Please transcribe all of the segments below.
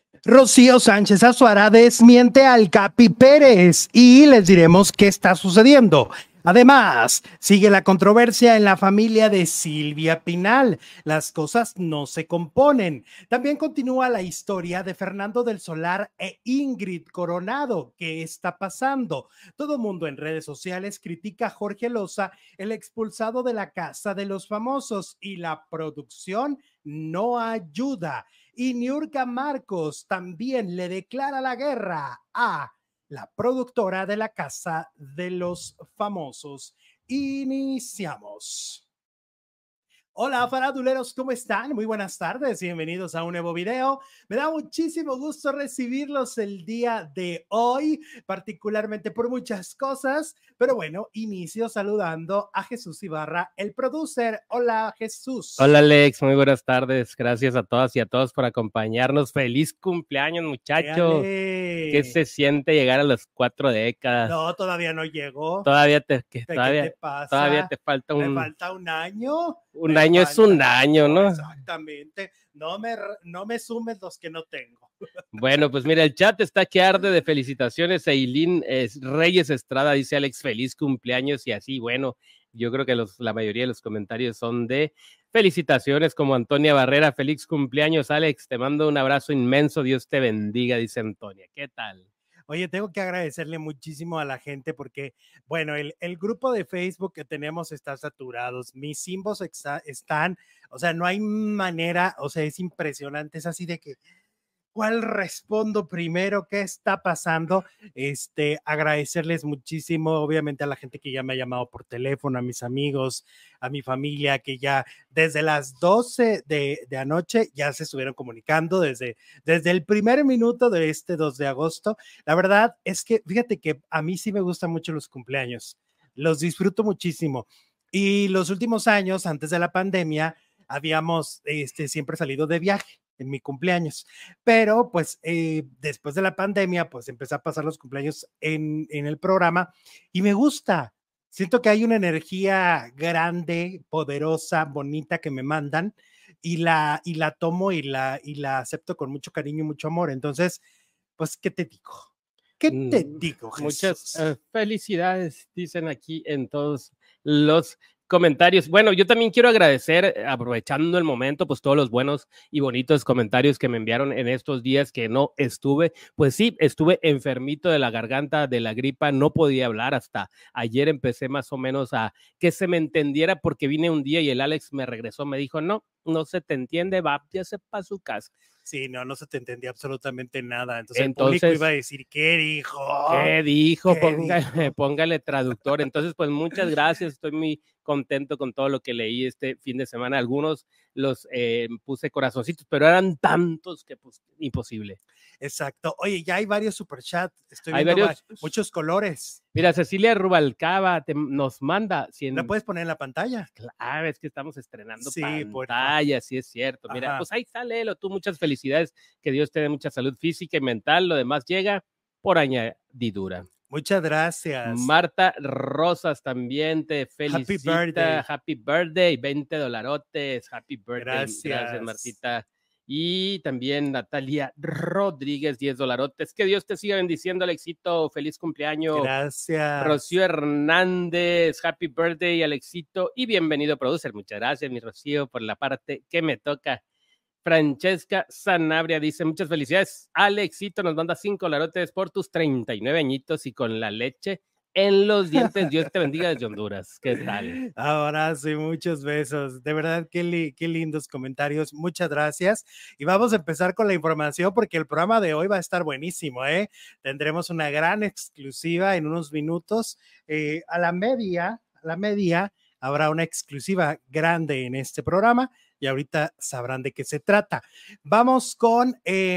Rocío Sánchez Azuara desmiente al Capi Pérez y les diremos qué está sucediendo. Además, sigue la controversia en la familia de Silvia Pinal. Las cosas no se componen. También continúa la historia de Fernando del Solar e Ingrid Coronado. ¿Qué está pasando? Todo mundo en redes sociales critica a Jorge Loza, el expulsado de la Casa de los Famosos, y la producción no ayuda. Y Niurka Marcos también le declara la guerra a la productora de la Casa de los Famosos. Iniciamos. Hola faraduleros, ¿cómo están? Muy buenas tardes, bienvenidos a un nuevo video. Me da muchísimo gusto recibirlos el día de hoy, particularmente por muchas cosas, pero bueno, inicio saludando a Jesús Ibarra, el producer. Hola Jesús. Hola Alex, muy buenas tardes, gracias a todas y a todos por acompañños. Feliz cumpleaños muchachos. ¿Qué se siente llegar a las 4 décadas? No, todavía no llegó. Todavía te pasa? Todavía te falta me falta un año. Un año es un año, ¿no? Exactamente. No me sumes los que no tengo. Bueno, pues mira, el chat está que arde de felicitaciones. Eileen Reyes Estrada dice: Alex, feliz cumpleaños. Y así, bueno, yo creo que la mayoría de los comentarios son de felicitaciones, como Antonia Barrera: feliz cumpleaños, Alex, te mando un abrazo inmenso, Dios te bendiga, dice Antonia. ¿Qué tal? Oye, tengo que agradecerle muchísimo a la gente porque, bueno, el grupo de Facebook que tenemos está saturado, mis simbos están, o sea, no hay manera, o sea, es impresionante, es así de que, ¿cuál respondo primero? ¿Qué está pasando? Agradecerles muchísimo, obviamente, a la gente que ya me ha llamado por teléfono, a mis amigos, a mi familia, que ya desde las 12 de anoche ya se estuvieron comunicando, desde el primer minuto de este 2 de agosto. La verdad es que, fíjate que a mí sí me gustan mucho los cumpleaños, los disfruto muchísimo. Y los últimos años, antes de la pandemia, habíamos siempre salido de viaje en mi cumpleaños, pero pues después de la pandemia, pues empecé a pasar los cumpleaños en el programa y me gusta. Siento que hay una energía grande, poderosa, bonita que me mandan y la tomo y la acepto con mucho cariño y mucho amor. Entonces, pues, ¿qué te digo? ¿Qué te digo, Jesús? Muchas felicidades, dicen aquí en todos los comentarios. Bueno, yo también quiero agradecer, aprovechando el momento, pues todos los buenos y bonitos comentarios que me enviaron en estos días que no estuve. Pues sí, estuve enfermito de la garganta, de la gripa, no podía hablar hasta ayer. Empecé más o menos a que se me entendiera porque vine un día y el Alex me regresó, me dijo: no se te entiende, va, ya se para su casa. Sí, no se te entendía absolutamente nada. Entonces el público iba a decir: ¿qué dijo? ¿Qué dijo? Póngale traductor. Entonces, pues muchas gracias. Estoy muy contento con todo lo que leí este fin de semana. Algunos los puse corazoncitos, pero eran tantos que pues imposible. Exacto. Oye, ya hay varios superchats. Estoy viendo muchos colores. Mira, Cecilia Rubalcaba nos manda. ¿La puedes poner en la pantalla? Claro, es que estamos estrenando pantalla, sí es cierto. Mira, pues ahí está, léelo tú. Muchas felicidades. Que Dios te dé mucha salud física y mental. Lo demás llega por añadidura. Muchas gracias. Marta Rosas también te felicita. Happy birthday, $20. Happy birthday. Gracias, Martita. Y también Natalia Rodríguez, $10. Que Dios te siga bendiciendo, Alexito. Feliz cumpleaños. Gracias. Rocío Hernández, happy birthday, Alexito. Y bienvenido, producer. Muchas gracias, mi Rocío, por la parte que me toca. Francesca Sanabria dice: muchas felicidades, Alexito, nos manda $5 por tus 39 añitos y con la leche en los dientes. Dios te bendiga desde Honduras. ¿Qué tal? Abrazo y muchos besos. De verdad, qué lindos comentarios. Muchas gracias. Y vamos a empezar con la información porque el programa de hoy va a estar buenísimo, ¿eh? Tendremos una gran exclusiva en unos minutos. A la media habrá una exclusiva grande en este programa y ahorita sabrán de qué se trata. Vamos con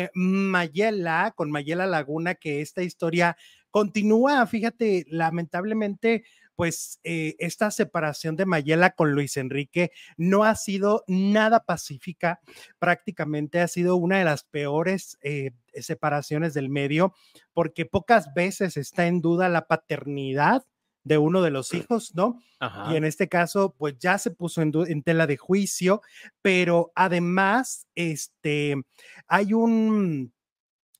Mayela Laguna, que esta historia continúa. Fíjate, lamentablemente, pues esta separación de Mayela con Luis Enrique no ha sido nada pacífica, prácticamente ha sido una de las peores separaciones del medio, porque pocas veces está en duda la paternidad de uno de los hijos, ¿no? Ajá. Y en este caso, pues ya se puso en tela de juicio, pero además, hay un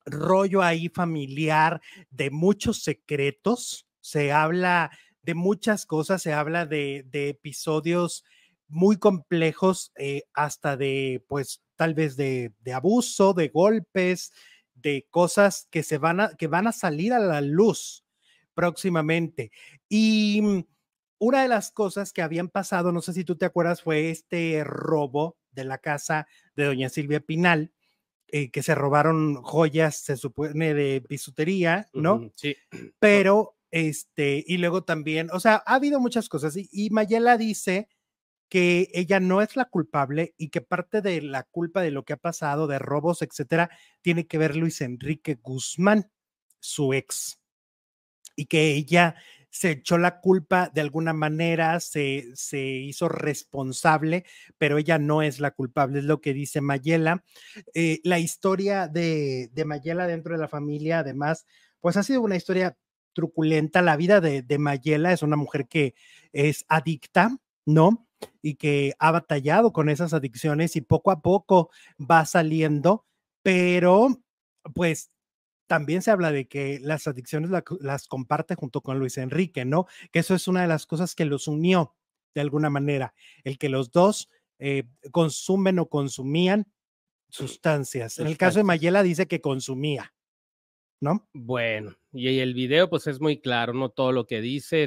rollo ahí familiar de muchos secretos, se habla de muchas cosas, se habla de episodios muy complejos, hasta de, pues, tal vez de abuso, de golpes, de cosas que van a salir a la luz próximamente. Y una de las cosas que habían pasado, no sé si tú te acuerdas, fue este robo de la casa de doña Silvia Pinal, que se robaron joyas, se supone, de bisutería, ¿no? Sí. Pero, y luego también, o sea, ha habido muchas cosas y Mayela dice que ella no es la culpable y que parte de la culpa de lo que ha pasado, de robos, etcétera, tiene que ver Luis Enrique Guzmán, su ex, y que ella se echó la culpa de alguna manera, se hizo responsable, pero ella no es la culpable, es lo que dice Mayela. La historia de Mayela dentro de la familia, además, pues ha sido una historia truculenta. La vida de Mayela es una mujer que es adicta, ¿no? Y que ha batallado con esas adicciones y poco a poco va saliendo, pero pues también se habla de que las adicciones las comparte junto con Luis Enrique, ¿no? Que eso es una de las cosas que los unió de alguna manera, el que los dos consumen o consumían sustancias. En el caso de Mayela dice que consumía, ¿no? Bueno, y el video pues es muy claro, no todo lo que dice,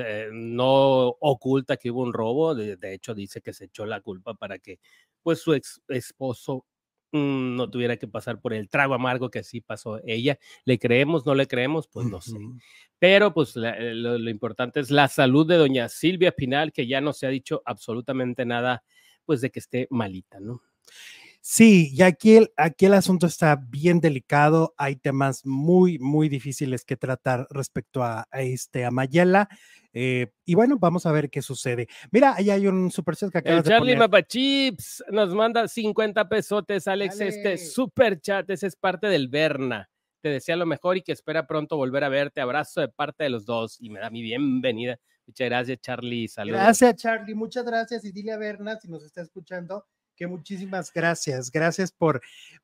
no oculta que hubo un robo, de hecho dice que se echó la culpa para que pues su ex esposo no tuviera que pasar por el trago amargo que así pasó ella. ¿Le creemos, no le creemos? Pues no sé. Pero pues lo importante es la salud de doña Silvia Pinal, que ya no se ha dicho absolutamente nada pues de que esté malita, ¿no? Sí, y aquí el asunto está bien delicado, hay temas muy, muy difíciles que tratar respecto a Mayela, y bueno, vamos a ver qué sucede. Mira, ahí hay un super chat que El acabas de Charlie poner. Mapachips nos manda 50 pesotes, Alex. Dale. Este super chat, ese es parte del Berna. Te desea lo mejor y que espera pronto volver a verte. Abrazo de parte de los dos y me da mi bienvenida. Muchas gracias, Charlie. Saludos. Gracias, Charlie. Muchas gracias. Y dile a Berna, si nos está escuchando, que muchísimas gracias. Gracias por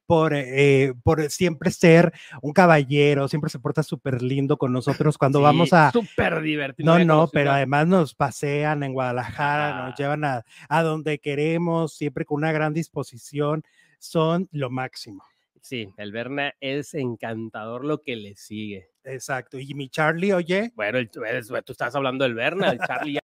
siempre ser un caballero. Siempre se porta súper lindo con nosotros cuando Sí, vamos a. súper divertido. No, pero además nos pasean en Guadalajara, nos llevan a donde queremos, siempre con una gran disposición. Son lo máximo. Sí, el Berna es encantador lo que le sigue. Exacto. Y mi Charlie, oye. Bueno, tú estás hablando del Berna, el Charlie.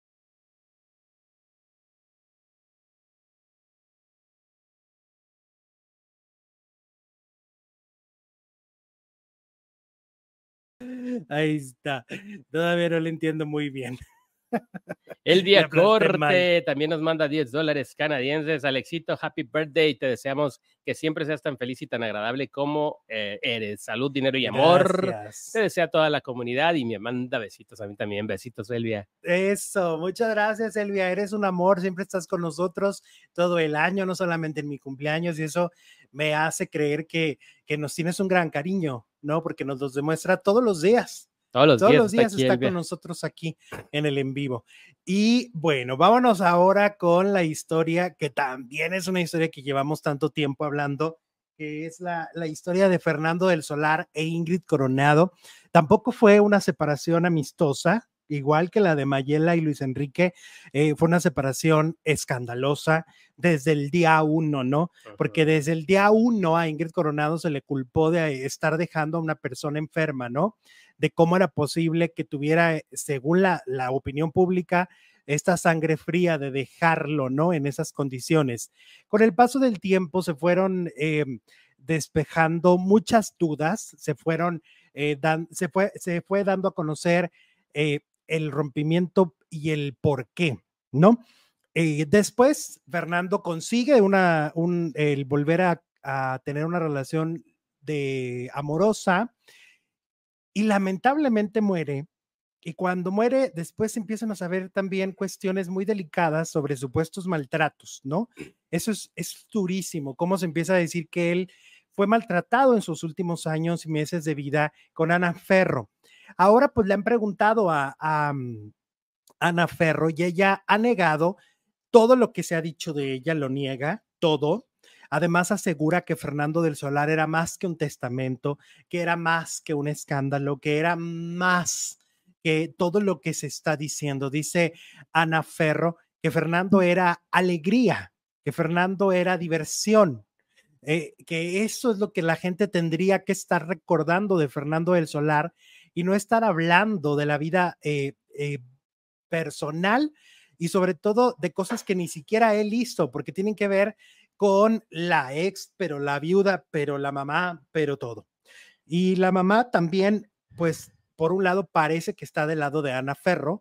Ahí está. Todavía no lo entiendo muy bien. Elvia Corte también nos manda $10 canadienses. Alexito, happy birthday. Te deseamos que siempre seas tan feliz y tan agradable como eres. Salud, dinero y amor. Gracias. Te desea toda la comunidad y me manda besitos a mí también. Besitos, Elvia. Eso, muchas gracias, Elvia. Eres un amor, siempre estás con nosotros todo el año, no solamente en mi cumpleaños, y eso me hace creer que nos tienes un gran cariño, ¿no? Porque nos los demuestra todos los días. Todos los días está con nosotros aquí en el en vivo. Y bueno, vámonos ahora con la historia, que también es una historia que llevamos tanto tiempo hablando, que es la historia de Fernando del Solar e Ingrid Coronado. Tampoco fue una separación amistosa, igual que la de Mayela y Luis Enrique, fue una separación escandalosa desde el día 1, ¿no? Porque desde el día 1 a Ingrid Coronado se le culpó de estar dejando a una persona enferma, ¿no? De cómo era posible que tuviera, según la opinión pública, esta sangre fría de dejarlo, ¿no? En esas condiciones. Con el paso del tiempo se fueron despejando muchas dudas, se fue dando a conocer el rompimiento y el por qué, ¿no? Después, Fernando consigue el volver a tener una relación amorosa y lamentablemente muere. Y cuando muere, después empiezan a saber también cuestiones muy delicadas sobre supuestos maltratos, ¿no? Eso es durísimo, cómo se empieza a decir que él fue maltratado en sus últimos años y meses de vida con Ana Ferro. Ahora, pues le han preguntado a Ana Ferro y ella ha negado todo lo que se ha dicho de ella, lo niega todo. Además asegura que Fernando del Solar era más que un testamento, que era más que un escándalo, que era más que todo lo que se está diciendo. Dice Ana Ferro que Fernando era alegría, que Fernando era diversión, que eso es lo que la gente tendría que estar recordando de Fernando del Solar y no estar hablando de la vida personal y sobre todo de cosas que ni siquiera él hizo, porque tienen que ver con la ex, pero la viuda, pero la mamá, pero todo. Y la mamá también, pues, por un lado parece que está del lado de Ana Ferro,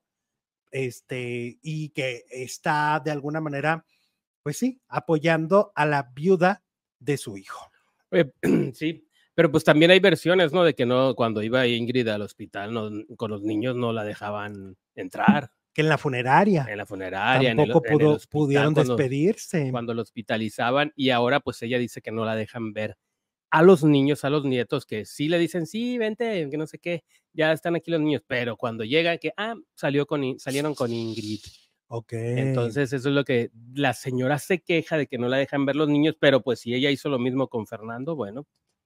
y que está de alguna manera, pues sí, apoyando a la viuda de su hijo. Sí, pero pues también hay versiones, ¿no? De que no, cuando iba Ingrid al hospital no, con los niños no la dejaban entrar. Que en la funeraria tampoco En el hospital, pudieron despedirse. cuando lo hospitalizaban y ahora pues ella dice que no la dejan ver a los niños, a los nietos, que sí le dicen, sí, vente, que no sé qué, ya están aquí los niños, pero cuando llegan, que, salieron con Ingrid. Ok. Entonces eso es lo que la señora se queja de que no la dejan ver los niños, pero pues si ella hizo lo mismo con Fernando, bueno.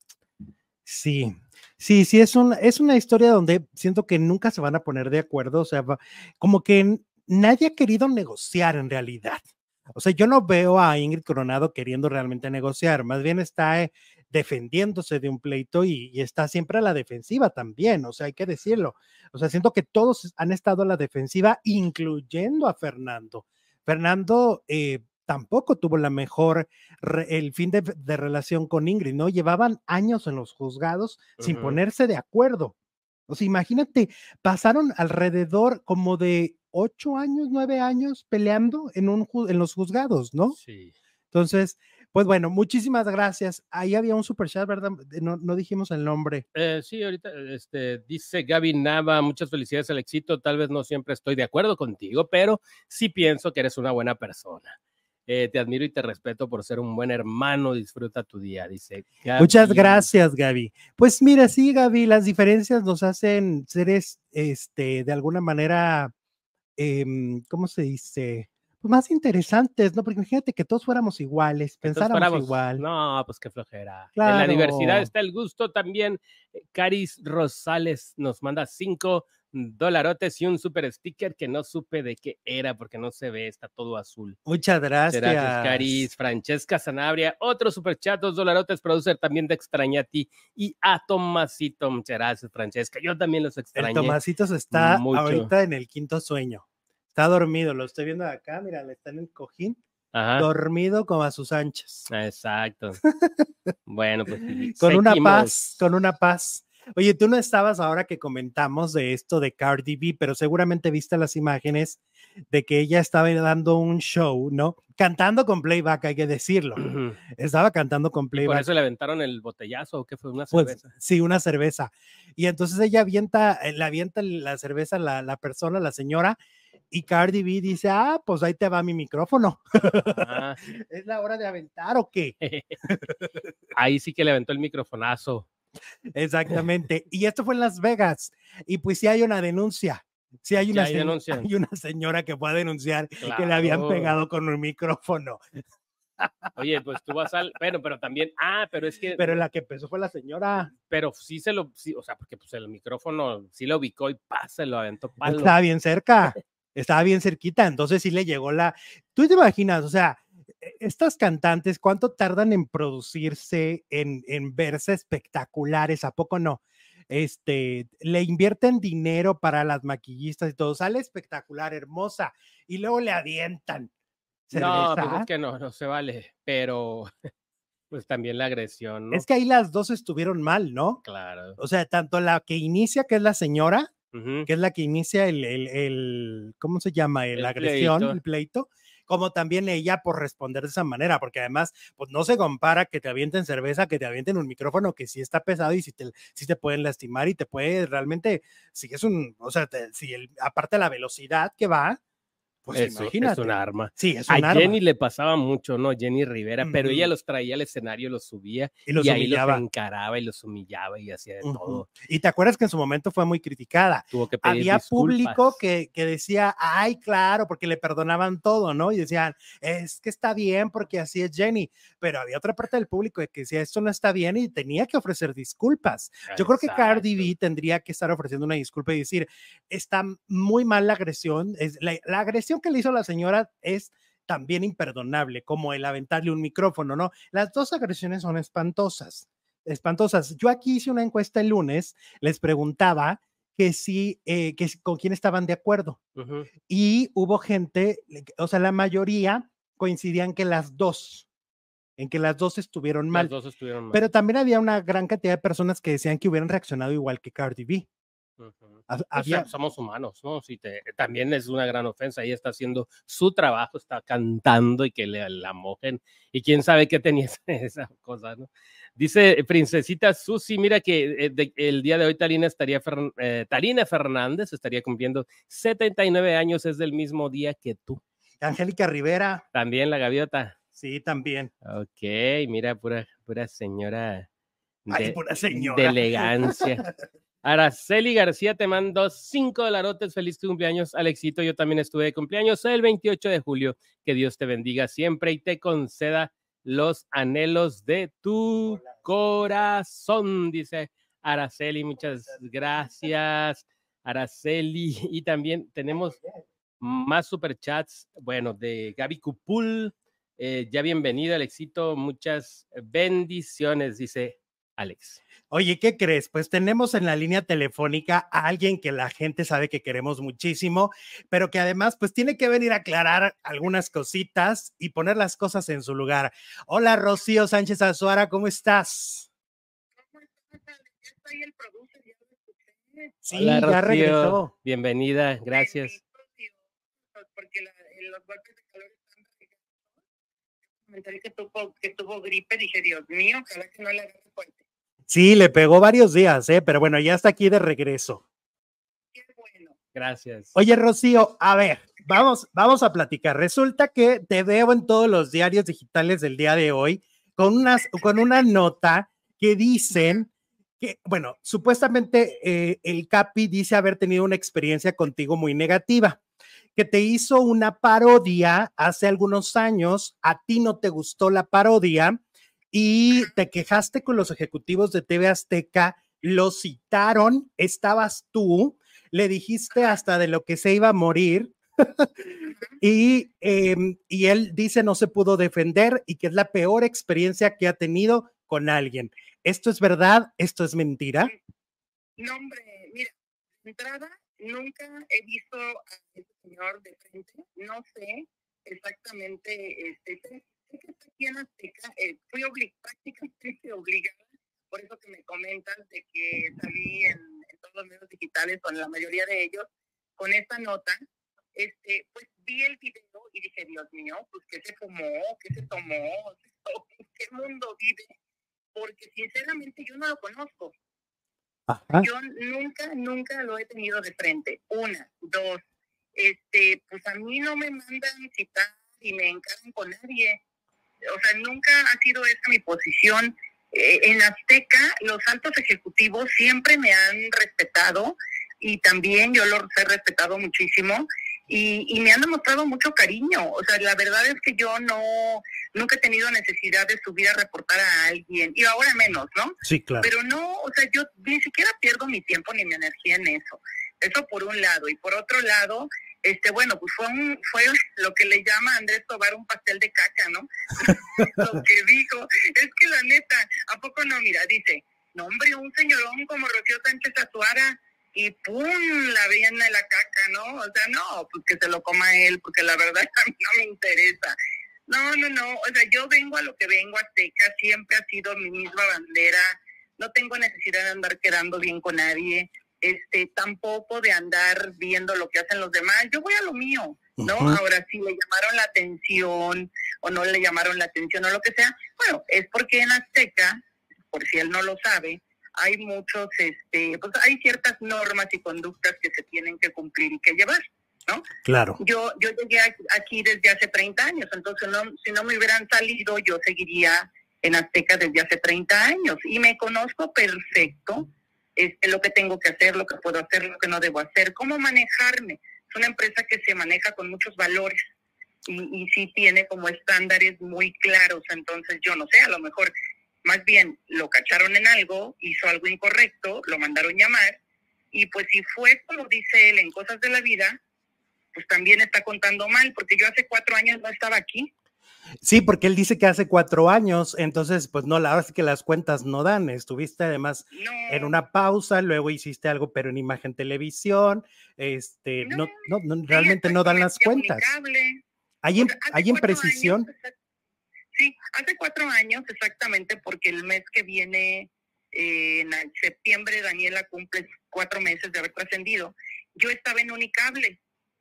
Sí, sí, sí, es una historia donde siento que nunca se van a poner de acuerdo, o sea, como que nadie ha querido negociar en realidad. O sea, yo no veo a Ingrid Coronado queriendo realmente negociar, más bien está defendiéndose de un pleito y está siempre a la defensiva también, o sea, hay que decirlo. O sea, siento que todos han estado a la defensiva, incluyendo a Fernando. Fernando tampoco tuvo la mejor, el fin de relación con Ingrid, ¿no? Llevaban años en los juzgados sin ponerse de acuerdo. O sea, imagínate, pasaron alrededor como de 8 años, 9 años peleando en los juzgados, ¿no? Sí. Entonces, pues bueno, muchísimas gracias. Ahí había un super chat, ¿verdad? No dijimos el nombre. Sí, ahorita dice Gaby Nava, muchas felicidades al éxito. Tal vez no siempre estoy de acuerdo contigo, pero sí pienso que eres una buena persona. Te admiro y te respeto por ser un buen hermano. Disfruta tu día, dice Gaby. Muchas gracias, Gaby. Pues mira, sí, Gaby, las diferencias nos hacen seres, de alguna manera, ¿cómo se dice? Pues más interesantes, ¿no? Porque imagínate que todos fuéramos iguales, pensáramos igual. No, pues qué flojera. Claro. En la diversidad está el gusto también. Caris Rosales nos manda $5 y un super sticker que no supe de qué era porque no se ve, está todo azul. Muchas gracias. Gracias, Caris. Francesca Sanabria, otro super chat, $2, producer, también te extrañé a ti y a Tomasito. Muchas gracias, Francesca. Yo también los extrañé. El Tomasito está mucho. Ahorita en el quinto sueño. Está dormido, lo estoy viendo de acá, mira, está en el cojín. Ajá. Dormido como a sus anchas. Exacto. Bueno, pues con una paz. Oye, tú no estabas ahora que comentamos de esto de Cardi B, pero seguramente viste las imágenes de que ella estaba dando un show, ¿no? Cantando con playback, hay que decirlo. Estaba cantando con playback. ¿Y por eso le aventaron el botellazo o qué fue? ¿Una cerveza? Pues, sí, una cerveza. Y entonces ella le avienta la cerveza a la persona, la señora, y Cardi B dice, pues ahí te va mi micrófono. Ah. ¿Es la hora de aventar o qué? Ahí sí que le aventó el microfonazo. Exactamente. Y esto fue en Las Vegas. Y pues sí hay una denuncia. Sí hay una, hay una señora que fue a denunciar que le habían pegado con un micrófono. Oye, pues tú vas pero también, pero es que. Pero la que empezó fue la señora. Pero sí o sea, porque pues el micrófono sí lo ubicó y se lo aventó palo. Estaba bien cerca, estaba bien cerquita, entonces sí le llegó tú te imaginas, o sea, estas cantantes, ¿cuánto tardan en producirse, en verse espectaculares? ¿A poco no? Le invierten dinero para las maquillistas y todo, sale espectacular, hermosa, y luego le avientan cerveza. No, pues es que no se vale, pero pues también la agresión, ¿no? Es que ahí las dos estuvieron mal, ¿no? Claro. O sea, tanto la que inicia, que es la señora, que es la que inicia ¿cómo se llama? La agresión, el pleito, como también ella por responder de esa manera, porque además, pues no se compara que te avienten cerveza, que te avienten un micrófono que sí está pesado y sí te pueden lastimar y te puede realmente, si es o sea, aparte de la velocidad que va, Pues Es imagínate. un arma. Sí, es A un arma. Jenny le pasaba mucho, ¿no? Jenny Rivera, pero ella Ujú. los traía al escenario, los subía Y los y ahí los humillaba. encaraba y los humillaba y hacía de Ujú. todo. Y te acuerdas que en su momento fue muy criticada. Tuvo que pedir Había público disculpas. que decía, ay, claro, porque le perdonaban todo, ¿no? Y decían, es que está bien porque así es Jenny. Pero había otra parte del público que decía, esto no está bien y tenía que ofrecer disculpas. Yo creo que Cardi Exacto. B tendría que estar ofreciendo una disculpa y decir, está muy mal la agresión. La agresión que le hizo la señora es también imperdonable, como el aventarle un micrófono, ¿no? Las dos agresiones son espantosas. Espantosas. Yo aquí hice una encuesta el lunes, les preguntaba con quién estaban de acuerdo. Ujú. Y hubo gente, o sea, la mayoría coincidían que las dos, en que las dos estuvieron Las mal. dos estuvieron mal. Pero también había una gran cantidad de personas que decían que hubieran reaccionado igual que Cardi B. Ujú. Pues Había, somos humanos, ¿no? Si también es una gran ofensa. Ella está haciendo su trabajo, está cantando y que la mojen. Y quién sabe qué tenía esa cosa, ¿no? Dice Princesita Susi, mira que el día de hoy Talina Fernández estaría cumpliendo 79 años, es del mismo día que tú. Angélica Rivera. También la gaviota. Sí, también. Ok, mira, pura señora Ay, de pura señora. elegancia. Araceli García te mando 5 dolarotes. Feliz cumpleaños, Alexito. Yo también estuve de cumpleaños el 28 de julio. Que Dios te bendiga siempre y te conceda los anhelos de tu corazón, dice Araceli. Muchas gracias, Araceli. Y también tenemos más superchats, bueno, de Gaby Cupul. Ya bienvenido, Alexito. Muchas bendiciones, dice Alex. Oye, ¿qué crees? Pues tenemos en la línea telefónica a alguien que la gente sabe que queremos muchísimo, pero que además pues tiene que venir a aclarar algunas cositas y poner las cosas en su lugar. Hola, Rocío Sánchez Azuara, ¿cómo estás? Hola, Sí, ya Rocío. regresó. Bienvenida, gracias. Porque los golpes de calor están comentaré que tuvo gripe, dije, Dios mío, ojalá que no le agarre fuerte. Sí, le pegó varios días, pero bueno, ya está aquí de regreso. Qué bueno. Gracias. Oye, Rocío, a ver, vamos a platicar. Resulta que te veo en todos los diarios digitales del día de hoy con una nota que dicen que, bueno, supuestamente el Capi dice haber tenido una experiencia contigo muy negativa, que te hizo una parodia hace algunos años, a ti no te gustó la parodia y te quejaste con los ejecutivos de TV Azteca, lo citaron, estabas tú, le dijiste hasta de lo que se iba a morir y él dice no se pudo defender y que es la peor experiencia que ha tenido con alguien. ¿Esto es verdad? ¿Esto es mentira? No, hombre, mira, de entrada, nunca he visto a este señor de frente, no sé exactamente, sé que está aquí en Azteca, fui prácticamente obligada, por eso que me comentan de que salí en todos los medios digitales, o en la mayoría de ellos, con esta nota, pues vi el video y dije, Dios mío, pues ¿qué se fumó? ¿Qué se tomó? ¿Qué mundo vive? Porque sinceramente yo no lo conozco. Ajá. Yo nunca lo he tenido de frente. Una, dos, pues a mí no me mandan citar y me encargan con nadie. O sea, nunca ha sido esa mi posición. En Azteca, los altos ejecutivos siempre me han respetado y también yo los he respetado muchísimo y me han demostrado mucho cariño. O sea, la verdad es que yo nunca he tenido necesidad de subir a reportar a alguien y ahora menos, ¿no? Sí, claro. Pero no, o sea, yo ni siquiera pierdo mi tiempo ni mi energía en eso. Eso por un lado. Y por otro lado, bueno, pues fue lo que le llama a Andrés Tobar un pastel de caca, ¿no? Lo que dijo, es que la neta, ¿a poco no? Mira, dice, no hombre, un señorón como Rocío Sánchez Azuara, y pum, la viene la caca, ¿no? O sea, no, pues que se lo coma él, porque la verdad a mí no me interesa. No, o sea, yo vengo a lo que vengo, Azteca, siempre ha sido mi misma bandera, no tengo necesidad de andar quedando bien con nadie, tampoco de andar viendo lo que hacen los demás, yo voy a lo mío, ¿no? Uh-huh. Ahora, si le llamaron la atención o no le llamaron la atención o lo que sea, bueno, es porque en Azteca, por si él no lo sabe, hay muchos, pues hay ciertas normas y conductas que se tienen que cumplir y que llevar, ¿no? Claro. Yo llegué aquí desde hace 30 años, entonces si no me hubieran salido, yo seguiría en Azteca desde hace 30 años y me conozco perfecto lo que tengo que hacer, lo que puedo hacer, lo que no debo hacer, cómo manejarme. Es una empresa que se maneja con muchos valores y sí tiene como estándares muy claros, entonces yo no sé, a lo mejor más bien lo cacharon en algo, hizo algo incorrecto, lo mandaron llamar y pues si fue como dice él en cosas de la vida, pues también está contando mal, porque yo hace 4 años no estaba aquí. Sí, porque él dice que hace 4 años, entonces, pues no, la verdad es que las cuentas no dan. Estuviste además en una pausa, luego hiciste algo, pero en Imagen Televisión, realmente no dan las cuentas. Hay imprecisión. Sí, hace 4 años exactamente, porque el mes que viene, en septiembre, Daniela cumple 4 meses de haber trascendido. Yo estaba en Unicable.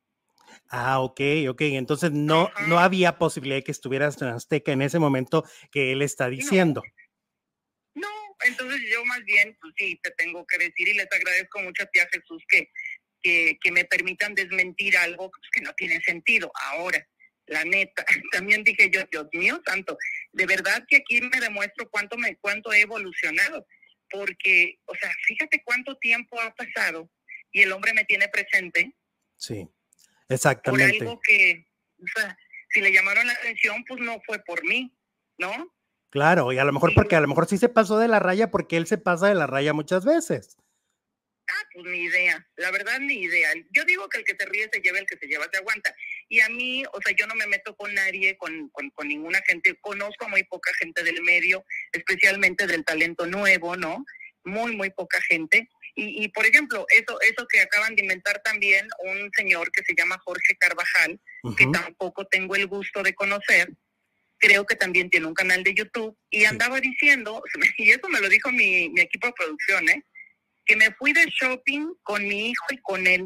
Ok, entonces no había posibilidad de que estuvieras en Azteca en ese momento que él está diciendo. No, entonces yo más bien, pues sí, te tengo que decir y les agradezco mucho a ti, a Jesús, que me permitan desmentir algo que no tiene sentido. Ahora, la neta, también dije yo, Dios mío santo, de verdad que aquí me demuestro cuánto he evolucionado, porque, o sea, fíjate cuánto tiempo ha pasado y el hombre me tiene presente. Sí. Exactamente. Por algo que, o sea, si le llamaron la atención, pues no fue por mí, ¿no? Claro, y a lo mejor porque a lo mejor sí se pasó de la raya porque él se pasa de la raya muchas veces. Pues ni idea, la verdad ni idea. Yo digo que el que se ríe se lleva, el que se lleva se aguanta. Y a mí, o sea, yo no me meto con nadie, con ninguna gente. Conozco a muy poca gente del medio, especialmente del talento nuevo, ¿no? Muy, muy poca gente. Y por ejemplo, eso que acaban de inventar también un señor que se llama Jorge Carvajal, que tampoco tengo el gusto de conocer, creo que también tiene un canal de YouTube, y andaba diciendo, y eso me lo dijo mi equipo de producción, que me fui de shopping con mi hijo y con él,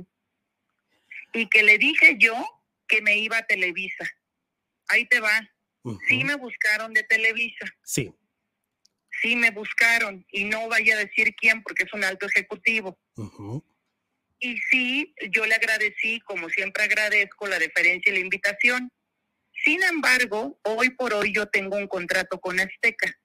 y que le dije yo que me iba a Televisa. Ahí te va. Sí me buscaron de Televisa. Sí me buscaron, y no vaya a decir quién porque es un alto ejecutivo. Y sí, yo le agradecí, como siempre agradezco, la deferencia y la invitación. Sin embargo, hoy por hoy yo tengo un contrato con Azteca,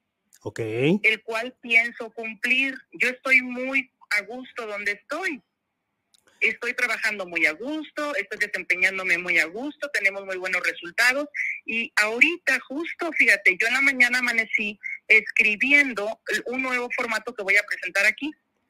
el cual pienso cumplir. Yo estoy muy a gusto donde estoy. Estoy trabajando muy a gusto, estoy desempeñándome muy a gusto, tenemos muy buenos resultados, y ahorita justo, fíjate, yo en la mañana amanecí escribiendo un nuevo formato que voy a presentar aquí.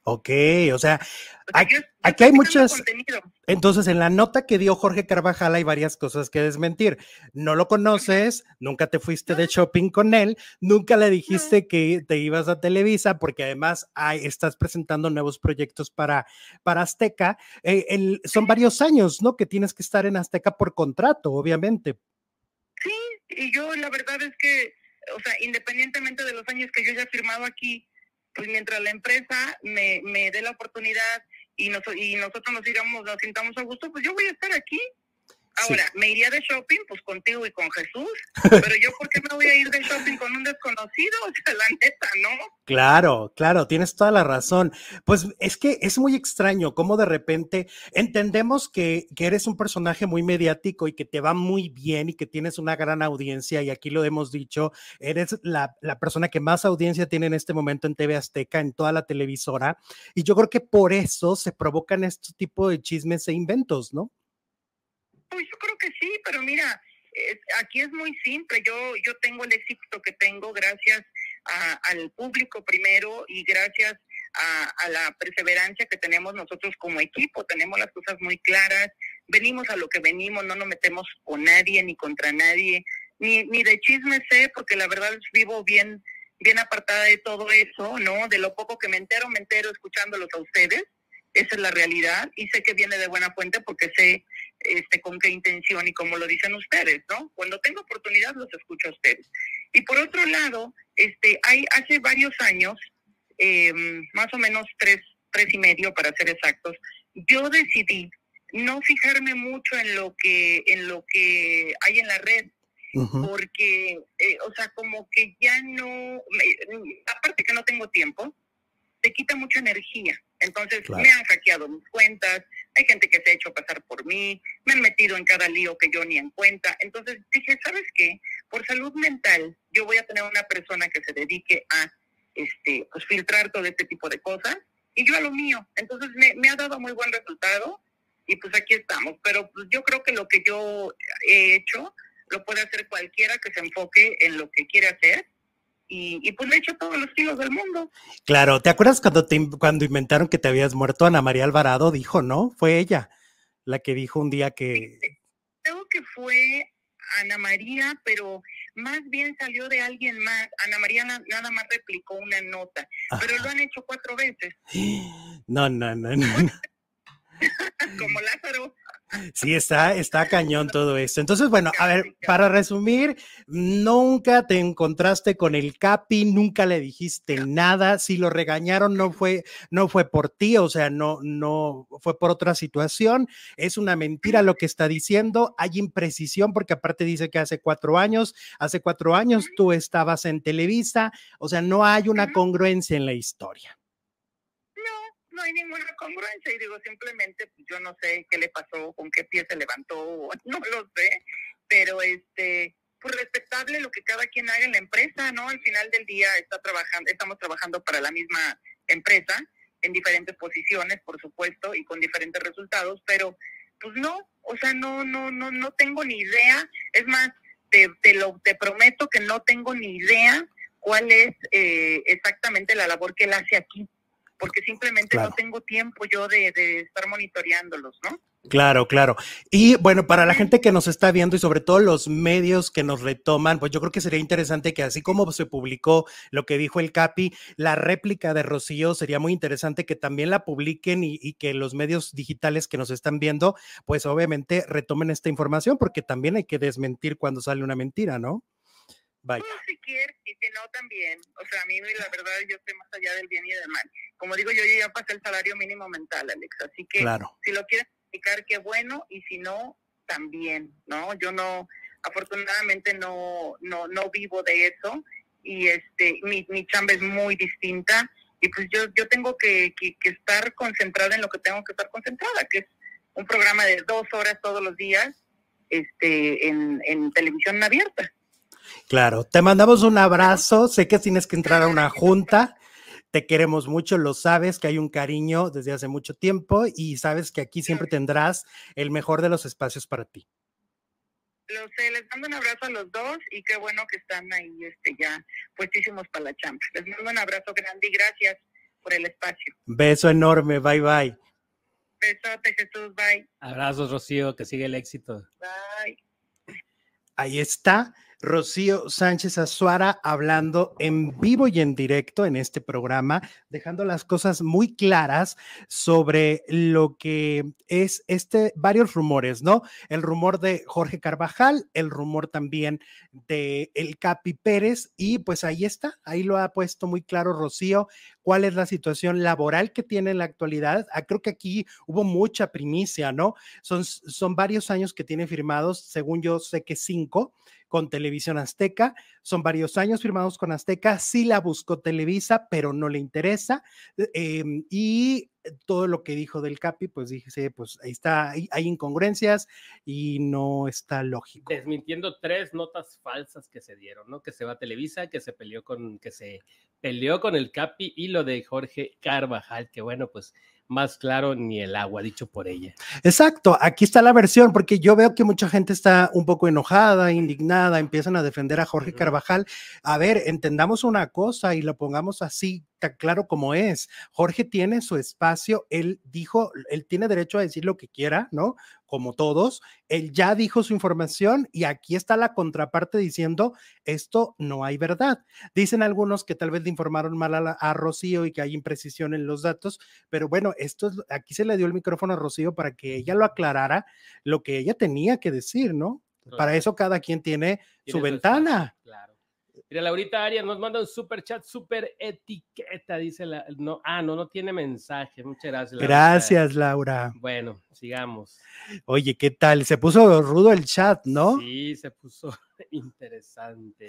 O sea, aquí hay muchas contenido. Entonces, en la nota que dio Jorge Carvajal hay varias cosas que desmentir. No lo conoces, nunca te fuiste de shopping con él, nunca le dijiste que te ibas a Televisa, porque además estás presentando nuevos proyectos para Azteca. Son varios años, ¿no? Que tienes que estar en Azteca por contrato, obviamente. Sí, y yo la verdad es que, o sea, independientemente de los años que yo haya firmado aquí, pues mientras la empresa me dé la oportunidad y nosotros nos sintamos a gusto, pues yo voy a estar aquí. Ahora, me iría de shopping, pues contigo y con Jesús, pero yo, ¿por qué me voy a ir de shopping con un desconocido? O sea, la neta, ¿no? Claro, tienes toda la razón. Pues es que es muy extraño cómo de repente entendemos que eres un personaje muy mediático y que te va muy bien y que tienes una gran audiencia, y aquí lo hemos dicho, eres la persona que más audiencia tiene en este momento en TV Azteca, en toda la televisora, y yo creo que por eso se provocan este tipo de chismes e inventos, ¿no? Pues yo creo que sí, pero mira, aquí es muy simple. Yo tengo el éxito que tengo gracias al público primero, y gracias a la perseverancia que tenemos nosotros como equipo. Tenemos las cosas muy claras, venimos a lo que venimos, no nos metemos con nadie ni contra nadie, ni de chisme sé, porque la verdad vivo bien apartada de todo eso, ¿no? De lo poco que me entero escuchándolos a ustedes. Esa es la realidad, y sé que viene de buena fuente porque sé con qué intención y como lo dicen ustedes, ¿no? Cuando tengo oportunidad los escucho a ustedes. Y por otro lado, hace varios años, más o menos 3 y medio para ser exactos, yo decidí no fijarme mucho en lo que hay en la red, porque, o sea, como que ya no, aparte que no tengo tiempo, te quita mucha energía. Entonces me han hackeado mis cuentas, hay gente que se ha hecho pasar por mí, me han metido en cada lío que yo ni en cuenta. Entonces dije, ¿sabes qué? Por salud mental, yo voy a tener una persona que se dedique a pues filtrar todo este tipo de cosas, y yo a lo mío. Entonces me ha dado muy buen resultado, y pues aquí estamos. Pero pues yo creo que lo que yo he hecho lo puede hacer cualquiera que se enfoque en lo que quiere hacer, y pues le he hecho todos los kilos del mundo. Claro, ¿te acuerdas cuando inventaron que te habías muerto? Ana María Alvarado dijo, ¿no? Fue ella la que dijo un día que... Creo que fue Ana María, pero más bien salió de alguien más. Ana María nada más replicó una nota, pero lo han hecho 4 veces. No. Como Lázaro. Sí, está cañón todo esto. Entonces, bueno, a ver, para resumir, nunca te encontraste con el Capi, nunca le dijiste nada. Si lo regañaron, no fue por ti, o sea, no fue por otra situación. Es una mentira lo que está diciendo. Hay imprecisión porque aparte dice que hace 4 años tú estabas en Televisa, o sea, no hay una congruencia en la historia. No hay ninguna congruencia, y digo, simplemente pues yo no sé qué le pasó, con qué pie se levantó, no lo sé, pero pues respetable lo que cada quien haga en la empresa, ¿no? Al final del día estamos trabajando para la misma empresa, en diferentes posiciones, por supuesto, y con diferentes resultados, pero pues no, o sea, no tengo ni idea. Es más, te prometo que no tengo ni idea cuál es exactamente la labor que él hace aquí, porque simplemente no tengo tiempo yo de estar monitoreándolos, ¿no? Claro. Y bueno, para la gente que nos está viendo y sobre todo los medios que nos retoman, pues yo creo que sería interesante que así como se publicó lo que dijo el Capi, la réplica de Rocío, sería muy interesante que también la publiquen y que los medios digitales que nos están viendo, pues obviamente retomen esta información, porque también hay que desmentir cuando sale una mentira, ¿no? Vaya. Pues si quieres, y si no también. O sea, a mí la verdad yo estoy más allá del bien y del mal. Como digo, yo ya pasé el salario mínimo mental, Alex. Así que si lo quieres explicar, qué bueno, y si no, también, ¿no? Yo no, afortunadamente no vivo de eso, y mi chamba es muy distinta, y pues yo tengo que estar concentrada en lo que tengo que estar concentrada, que es un programa de 2 horas todos los días, en televisión abierta. Claro, te mandamos un abrazo, sé que tienes que entrar a una junta, te queremos mucho, lo sabes, que hay un cariño desde hace mucho tiempo y sabes que aquí siempre tendrás el mejor de los espacios para ti. Lo sé, les mando un abrazo a los dos y qué bueno que están ahí ya puestísimos para la chamba. Les mando un abrazo grande y gracias por el espacio. Beso enorme, bye. Besote, Jesús, bye. Abrazos, Rocío, que siga el éxito. Bye. Ahí está Rocío Sánchez Azuara hablando en vivo y en directo en este programa, dejando las cosas muy claras sobre lo que es varios rumores, ¿no? El rumor de Jorge Carvajal, el rumor también de el Capi Pérez, y pues ahí está, ahí lo ha puesto muy claro Rocío, cuál es la situación laboral que tiene en la actualidad. Creo que aquí hubo mucha primicia, ¿no? Son varios años que tiene firmados, según yo sé que 5, con Televisión Azteca, son varios años firmados con Azteca, sí la buscó Televisa, pero no le interesa, y todo lo que dijo del Capi, pues dije, pues ahí está, hay incongruencias y no está lógico. Desmintiendo 3 notas falsas que se dieron, ¿no? Que se va a Televisa, que se peleó con el Capi, y lo de Jorge Carvajal, que bueno, pues más claro ni el agua, dicho por ella. Exacto, aquí está la versión, porque yo veo que mucha gente está un poco enojada, indignada, empiezan a defender a Jorge Carvajal. A ver, entendamos una cosa y lo pongamos así, tan claro como es. Jorge tiene su espacio, él tiene derecho a decir lo que quiera, ¿no? Como todos, él ya dijo su información y aquí está la contraparte diciendo esto no hay verdad. Dicen algunos que tal vez le informaron mal a Rocío y que hay imprecisión en los datos, pero bueno, aquí se le dio el micrófono a Rocío para que ella lo aclarara, lo que ella tenía que decir, ¿no? Claro. Para eso cada quien tiene su ventana. Espacio, claro. Mira, Laurita Arias nos manda un super chat, super etiqueta, dice no tiene mensaje. Muchas gracias, Laurita. Gracias, Laura. Bueno, sigamos. Oye, ¿qué tal? Se puso rudo el chat, ¿no? Sí, se puso interesante.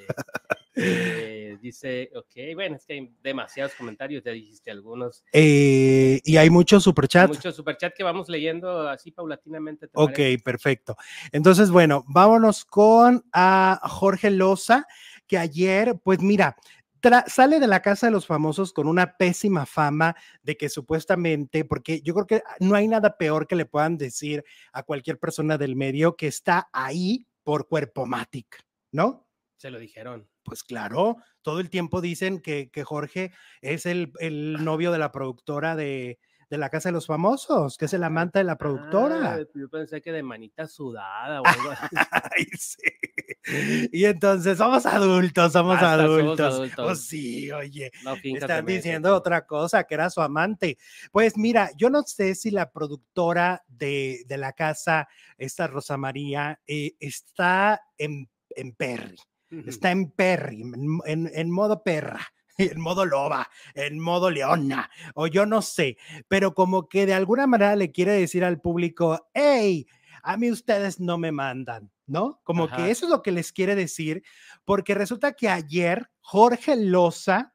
Dice, ok, bueno, es que hay demasiados comentarios, ya dijiste algunos. Y hay mucho superchat. Mucho superchat que vamos leyendo así paulatinamente. Ok, parece? Perfecto. Entonces, bueno, vámonos con Jorge Loza, que ayer, pues mira, sale de la casa de los famosos con una pésima fama de que supuestamente, porque yo creo que no hay nada peor que le puedan decir a cualquier persona del medio que está ahí por Cuerpomatic, ¿no? Se lo dijeron. Pues claro, todo el tiempo dicen que Jorge es el novio de la productora de la Casa de los Famosos, que es el amante de la productora. Yo pensé que de manita sudada o algo así. Ay, sí. Y entonces somos adultos. Pues sí, oye, no, están diciendo otra cosa, que era su amante. Pues mira, yo no sé si la productora de la casa, esta Rosa María, está en Perry. Está en Perry, en modo perra, en modo loba, en modo leona, o yo no sé, pero como que de alguna manera le quiere decir al público, hey, a mí ustedes no me mandan, ¿no? Como que eso es lo que les quiere decir, porque resulta que ayer Jorge Loza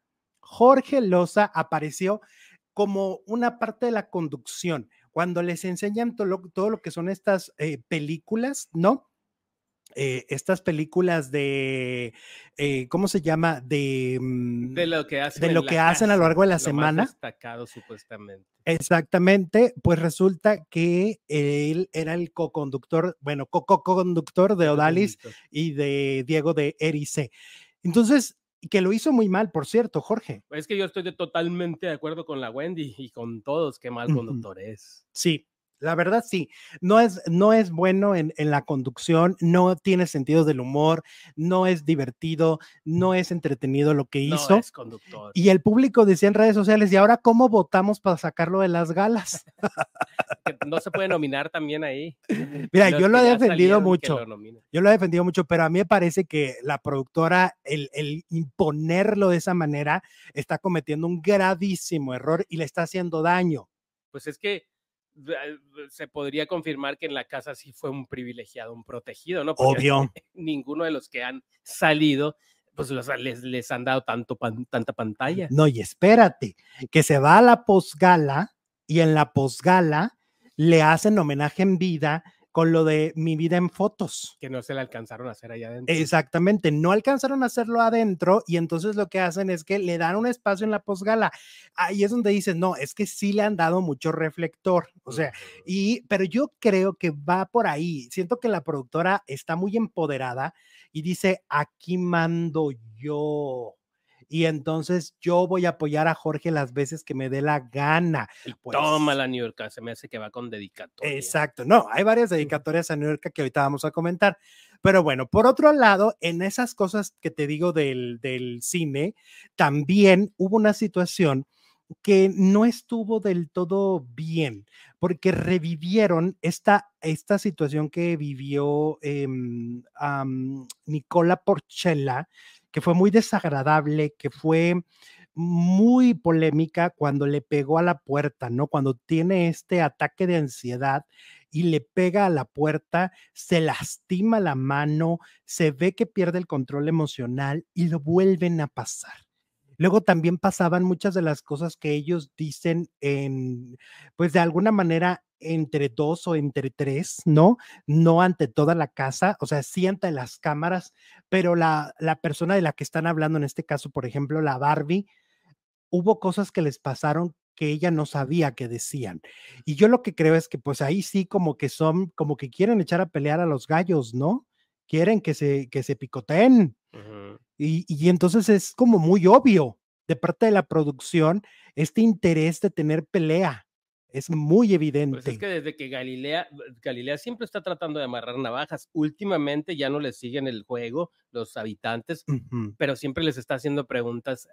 apareció como una parte de la conducción, cuando les enseñan todo lo que son estas películas, ¿no? Estas películas de, ¿cómo se llama? De lo que hacen, a lo largo de la semana. Más destacado, supuestamente. Exactamente, pues resulta que él era el co-conductor, bueno, co-conductor de Odalis y de Diego de Erice. Entonces, que lo hizo muy mal, por cierto, Jorge. Es que yo estoy totalmente de acuerdo con la Wendy y con todos, qué mal conductor es. Sí. La verdad, sí, no es bueno en la conducción, no tiene sentido del humor, no es divertido, no es entretenido lo que hizo. No es conductor. Y el público decía en redes sociales, ¿y ahora cómo votamos para sacarlo de las galas? Que no se puede nominar también ahí. Mira, yo lo he defendido mucho. Yo lo he defendido mucho, pero a mí me parece que la productora, el imponerlo de esa manera, está cometiendo un gravísimo error y le está haciendo daño. Pues es que se podría confirmar que en la casa sí fue un privilegiado, un protegido, ¿no? Porque obvio. Ninguno de los que han salido, pues les han dado tanta pantalla. No, y espérate, que se va a la posgala y en la posgala le hacen homenaje en vida con lo de Mi vida en fotos. Que no se le alcanzaron a hacer allá adentro. Exactamente, no alcanzaron a hacerlo adentro y entonces lo que hacen es que le dan un espacio en la posgala. Ahí es donde dices, no, es que sí le han dado mucho reflector, o sea, pero yo creo que va por ahí. Siento que la productora está muy empoderada y dice, aquí mando yo. Y entonces yo voy a apoyar a Jorge las veces que me dé la gana. Pues, toma la New York, se me hace que va con dedicatoria. Exacto, no, hay varias dedicatorias a New York que ahorita vamos a comentar. Pero bueno, por otro lado, en esas cosas que te digo del cine, también hubo una situación que no estuvo del todo bien, porque revivieron esta situación que vivió Nicola Porchela, que fue muy desagradable, que fue muy polémica cuando le pegó a la puerta, ¿no? Cuando tiene este ataque de ansiedad y le pega a la puerta, se lastima la mano, se ve que pierde el control emocional y lo vuelven a pasar. Luego también pasaban muchas de las cosas que ellos dicen pues de alguna manera entre dos o entre tres, ¿no? No ante toda la casa, o sea, sí ante las cámaras, pero la persona de la que están hablando en este caso, por ejemplo, la Barbie, hubo cosas que les pasaron que ella no sabía que decían. Y yo lo que creo es que pues ahí sí como que quieren echar a pelear a los gallos, ¿no? Quieren que se picoteen. Y entonces es como muy obvio de parte de la producción este interés de tener pelea. Es muy evidente. Pues es que desde que Galilea siempre está tratando de amarrar navajas. Últimamente ya no les siguen el juego los habitantes, pero siempre les está haciendo preguntas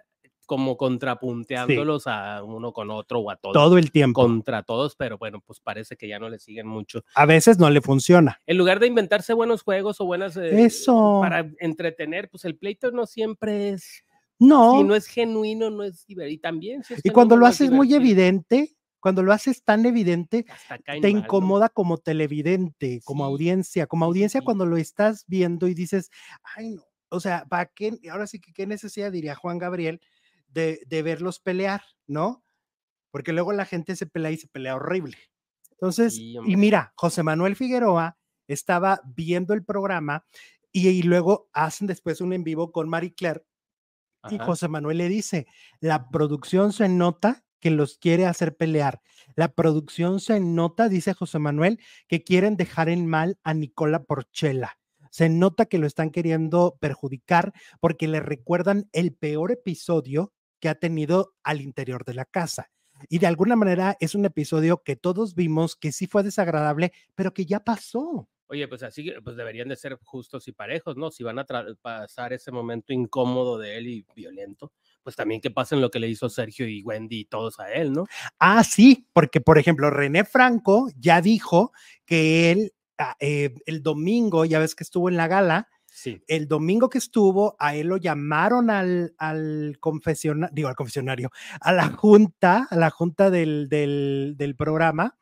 como contrapunteándolos a uno con otro o a todos. Todo el tiempo. Contra todos, pero bueno, pues parece que ya no le siguen mucho. A veces no le funciona. En lugar de inventarse buenos juegos o buenas... Eso. Para entretener, pues el pleito no siempre es... No. Si no es genuino, no es divertido. Y también si es Y cuando genuino, lo no es haces muy divertido. evidente, cuando lo haces tan evidente, Hasta caen te mal, ¿no? incomoda como televidente, como Sí, audiencia, sí. cuando lo estás viendo y dices, ay no, o sea, ¿para qué? Ahora sí que qué necesidad, diría Juan Gabriel, de verlos pelear, ¿no? Porque luego la gente se pelea y se pelea horrible. Entonces, Sí, y hombre. mira, José Manuel Figueroa estaba viendo el programa y luego hacen después un en vivo con Marie Claire y Ajá. José Manuel le dice, la producción se nota que los quiere hacer pelear. La producción se nota, dice José Manuel, que quieren dejar en mal a Nicola Porchela. Se nota que lo están queriendo perjudicar porque le recuerdan el peor episodio que ha tenido al interior de la casa. Y de alguna manera es un episodio que todos vimos que sí fue desagradable, pero que ya pasó. Oye, pues así, pues deberían de ser justos y parejos, ¿no? Si van a pasar ese momento incómodo de él y violento, pues también que pasen lo que le hizo Sergio y Wendy y todos a él, ¿no? Ah, sí, porque por ejemplo, René Franco ya dijo que él el domingo, ya ves que estuvo en la gala, sí. El domingo que estuvo, a él lo llamaron al confesionario, a la junta del programa,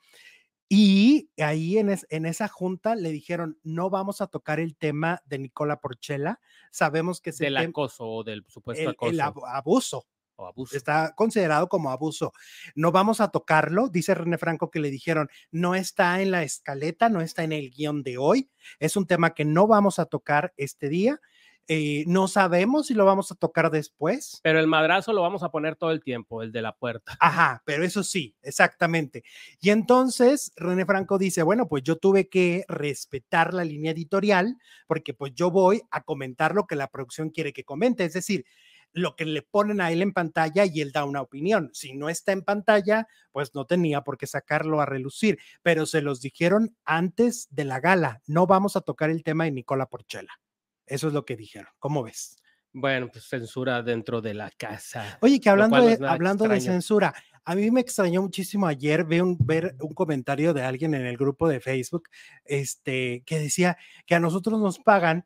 y ahí en esa junta le dijeron, no vamos a tocar el tema de Nicola Porchela, sabemos que es del acoso o del supuesto acoso. El abuso. O abuso. Está considerado como abuso. No vamos a tocarlo, dice René Franco que le dijeron, no está en la escaleta, no está en el guión de hoy, es un tema que no vamos a tocar este día, no sabemos si lo vamos a tocar después. Pero el madrazo lo vamos a poner todo el tiempo, el de la puerta. Ajá, pero eso sí, exactamente. Y entonces René Franco dice, bueno, pues yo tuve que respetar la línea editorial porque pues yo voy a comentar lo que la producción quiere que comente, es decir, lo que le ponen a él en pantalla y él da una opinión. Si no está en pantalla, pues no tenía por qué sacarlo a relucir, pero se los dijeron antes de la gala, no vamos a tocar el tema de Nicola Porchela. Eso es lo que dijeron. ¿Cómo ves? Bueno, pues censura dentro de la casa. Oye, que hablando no de censura, a mí me extrañó muchísimo ayer ver un comentario de alguien en el grupo de Facebook, que decía que a nosotros nos pagan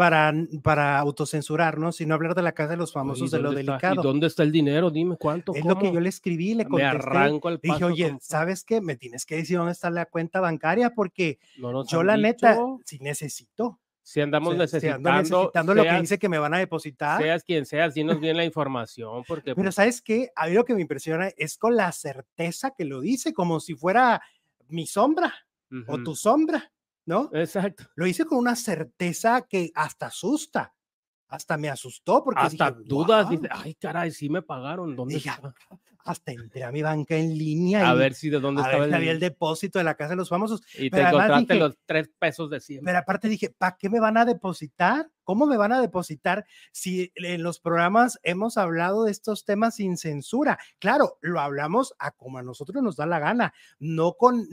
para autocensurarnos y no hablar de la casa de los famosos. Oye, de lo delicado. ¿Y dónde está el dinero? Dime cuánto. Es ¿cómo? Lo que yo le escribí, le contesté. Me arranco el paso. Dije, oye, ¿sabes qué? Me tienes que decir dónde está la cuenta bancaria porque yo la neta sí necesito. Si andamos necesitando lo que dice que me van a depositar. Seas quien seas, dinos bien la información. Porque, pero ¿sabes qué? A mí lo que me impresiona es con la certeza que lo dice, como si fuera mi sombra o tu sombra, ¿no? Exacto. Lo hice con una certeza que hasta asusta. Hasta me asustó porque hasta dije, dudas, wow. dice, ay, caray, sí me pagaron. ¿Dónde está? Hasta entré a mi banca en línea a ver si de dónde estaba había el depósito de la casa de los famosos. Y pero te encontraste los 3 pesos de siempre. Pero aparte dije, ¿para qué me van a depositar? ¿Cómo me van a depositar si en los programas hemos hablado de estos temas sin censura? Claro, lo hablamos a como a nosotros nos da la gana, no con